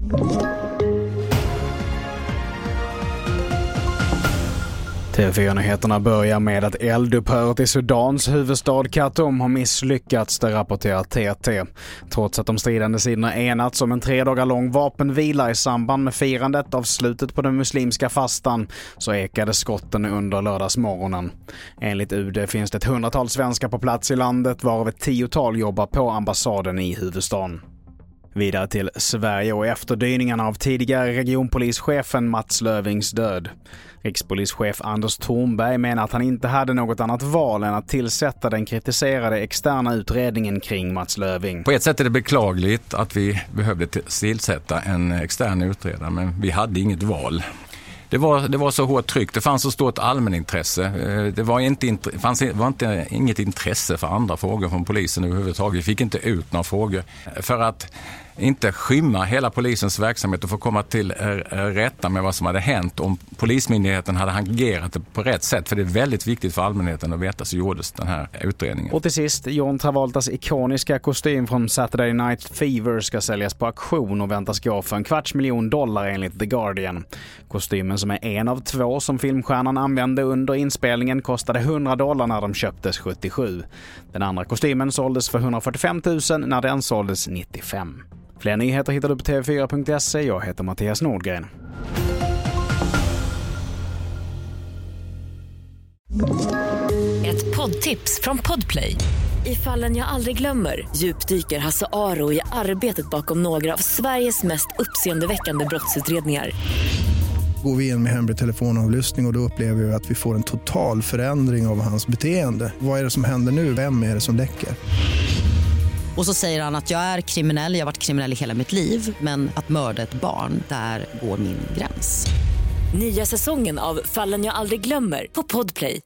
TV4-nyheterna börjar med att eldupphöret i Sudans huvudstad Khartoum har misslyckats, det rapporterar TT. Trots att de stridande sidorna enats om en 3 dagar lång vapenvila i samband med firandet av slutet på den muslimska fastan så ekade skotten under lördagsmorgonen. Enligt UD finns det 100-tal svenskar på plats i landet, varav ett 10-tal jobbar på ambassaden i huvudstaden. Vidare till Sverige och efterdyningarna av tidigare regionpolischefen Mats Löfvings död. Rikspolischef Anders Thornberg menar att han inte hade något annat val än att tillsätta den kritiserade externa utredningen kring Mats Löfving. På ett sätt är det beklagligt att vi behövde tillsätta en extern utredare, men vi hade inget val. Det var så hårt tryck, det fanns så stort allmänintresse. Det var inget intresse för andra frågor från polisen överhuvudtaget. Vi fick inte ut några frågor för att inte skymma hela polisens verksamhet och få komma till rätta med vad som hade hänt om polismyndigheten hade agerat på rätt sätt. För det är väldigt viktigt för allmänheten att veta, så gjordes den här utredningen. Och till sist, John Travoltas ikoniska kostym från Saturday Night Fever ska säljas på auktion och väntas gå för $250,000 enligt The Guardian. Kostymen, som är en av 2 som filmstjärnan använde under inspelningen, kostade $100 när de köptes 77. Den andra kostymen såldes för $145,000 när den såldes 95. Fler nyheter hittar du på tv4.se. Jag heter Mattias Nordgren. Ett poddtips från Podplay. I Fallen jag aldrig glömmer djupdyker Hasse Aro i arbetet bakom några av Sveriges mest uppseendeväckande brottsutredningar. Går vi in med hemlig telefonavlyssning och då upplever vi att vi får en total förändring av hans beteende. Vad är det som händer nu? Vem är det som läcker? Och så säger han att jag är kriminell, jag har varit kriminell i hela mitt liv. Men att mörda ett barn, där går min gräns. Nya säsongen av Fallen jag aldrig glömmer på Podplay.